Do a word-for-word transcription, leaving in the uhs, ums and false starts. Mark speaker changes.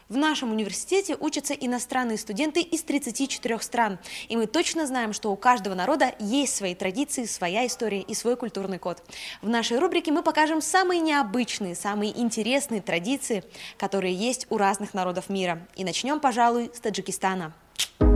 Speaker 1: В нашем университете учатся иностранные студенты из тридцати четырёх стран, и мы точно знаем, что у каждого народа есть свои традиции, своя история и свой культурный код. В нашей рубрике мы покажем самые необычные, самые интересные традиции, которые есть у разных народов мира. И начнем, пожалуй, с Таджикистана.